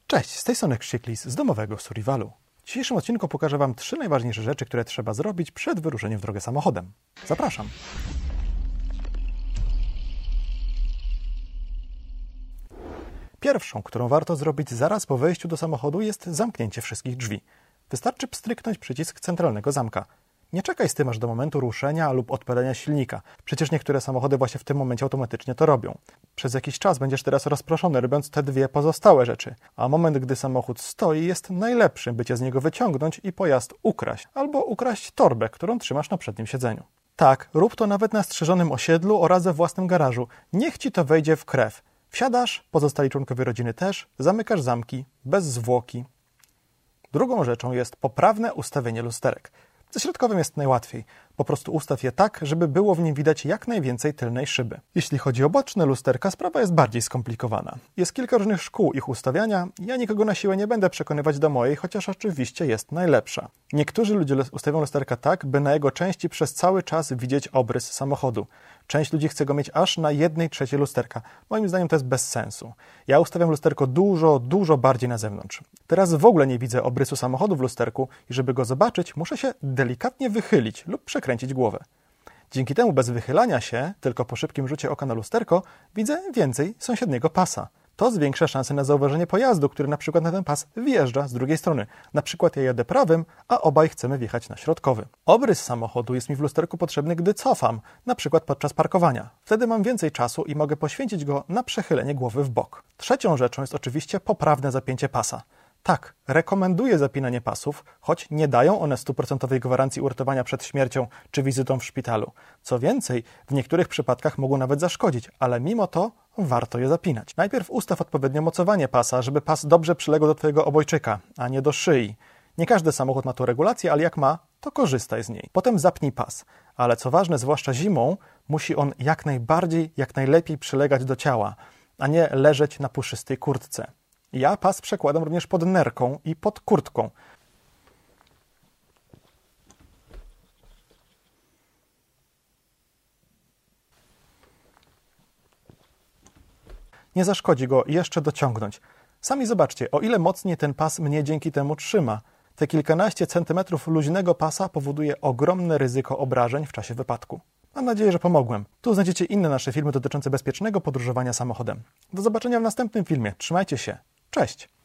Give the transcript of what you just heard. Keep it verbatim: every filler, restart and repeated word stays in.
Cześć, z tej strony Krzysiek Lis z domowego Survivalu. W dzisiejszym odcinku pokażę Wam trzy najważniejsze rzeczy, które trzeba zrobić przed wyruszeniem w drogę samochodem. Zapraszam! Pierwszą, którą warto zrobić zaraz po wejściu do samochodu, jest zamknięcie wszystkich drzwi. Wystarczy pstryknąć przycisk centralnego zamka. Nie czekaj z tym aż do momentu ruszenia lub odpalenia silnika. Przecież niektóre samochody właśnie w tym momencie automatycznie to robią. Przez jakiś czas będziesz teraz rozproszony, robiąc te dwie pozostałe rzeczy. A moment, gdy samochód stoi, jest najlepszym, by cię z niego wyciągnąć i pojazd ukraść. Albo ukraść torbę, którą trzymasz na przednim siedzeniu. Tak, rób to nawet na strzeżonym osiedlu oraz we własnym garażu. Niech ci to wejdzie w krew. Wsiadasz, pozostali członkowie rodziny też, zamykasz zamki, bez zwłoki. Drugą rzeczą jest poprawne ustawienie lusterek. Ze środkowym jest najłatwiej. Po prostu ustaw je tak, żeby było w nim widać jak najwięcej tylnej szyby. Jeśli chodzi o boczne lusterka, sprawa jest bardziej skomplikowana. Jest kilka różnych szkół ich ustawiania. Ja nikogo na siłę nie będę przekonywać do mojej, chociaż oczywiście jest najlepsza. Niektórzy ludzie ustawią lusterka tak, by na jego części przez cały czas widzieć obrys samochodu. Część ludzi chce go mieć aż na jednej trzeciej lusterka. Moim zdaniem to jest bez sensu. Ja ustawiam lusterko dużo, dużo bardziej na zewnątrz. Teraz w ogóle nie widzę obrysu samochodu w lusterku i żeby go zobaczyć, muszę się delikatnie wychylić lub przekręcić głowę. Dzięki temu bez wychylania się, tylko po szybkim rzucie oka na lusterko, widzę więcej sąsiedniego pasa. To zwiększa szanse na zauważenie pojazdu, który na przykład na ten pas wjeżdża z drugiej strony. Na przykład ja jadę prawym, a obaj chcemy wjechać na środkowy. Obrys samochodu jest mi w lusterku potrzebny, gdy cofam, na przykład podczas parkowania. Wtedy mam więcej czasu i mogę poświęcić go na przechylenie głowy w bok. Trzecią rzeczą jest oczywiście poprawne zapięcie pasa. Tak, rekomenduję zapinanie pasów, choć nie dają one stuprocentowej gwarancji uratowania przed śmiercią czy wizytą w szpitalu. Co więcej, w niektórych przypadkach mogą nawet zaszkodzić, ale mimo to warto je zapinać. Najpierw ustaw odpowiednio mocowanie pasa, żeby pas dobrze przyległ do Twojego obojczyka, a nie do szyi. Nie każdy samochód ma tą regulację, ale jak ma, to korzystaj z niej. Potem zapnij pas, ale co ważne, zwłaszcza zimą, musi on jak najbardziej, jak najlepiej przylegać do ciała, a nie leżeć na puszystej kurtce. Ja pas przekładam również pod nerką i pod kurtką. Nie zaszkodzi go jeszcze dociągnąć. Sami zobaczcie, o ile mocniej ten pas mnie dzięki temu trzyma. Te kilkanaście centymetrów luźnego pasa powoduje ogromne ryzyko obrażeń w czasie wypadku. Mam nadzieję, że pomogłem. Tu znajdziecie inne nasze filmy dotyczące bezpiecznego podróżowania samochodem. Do zobaczenia w następnym filmie. Trzymajcie się. Cześć!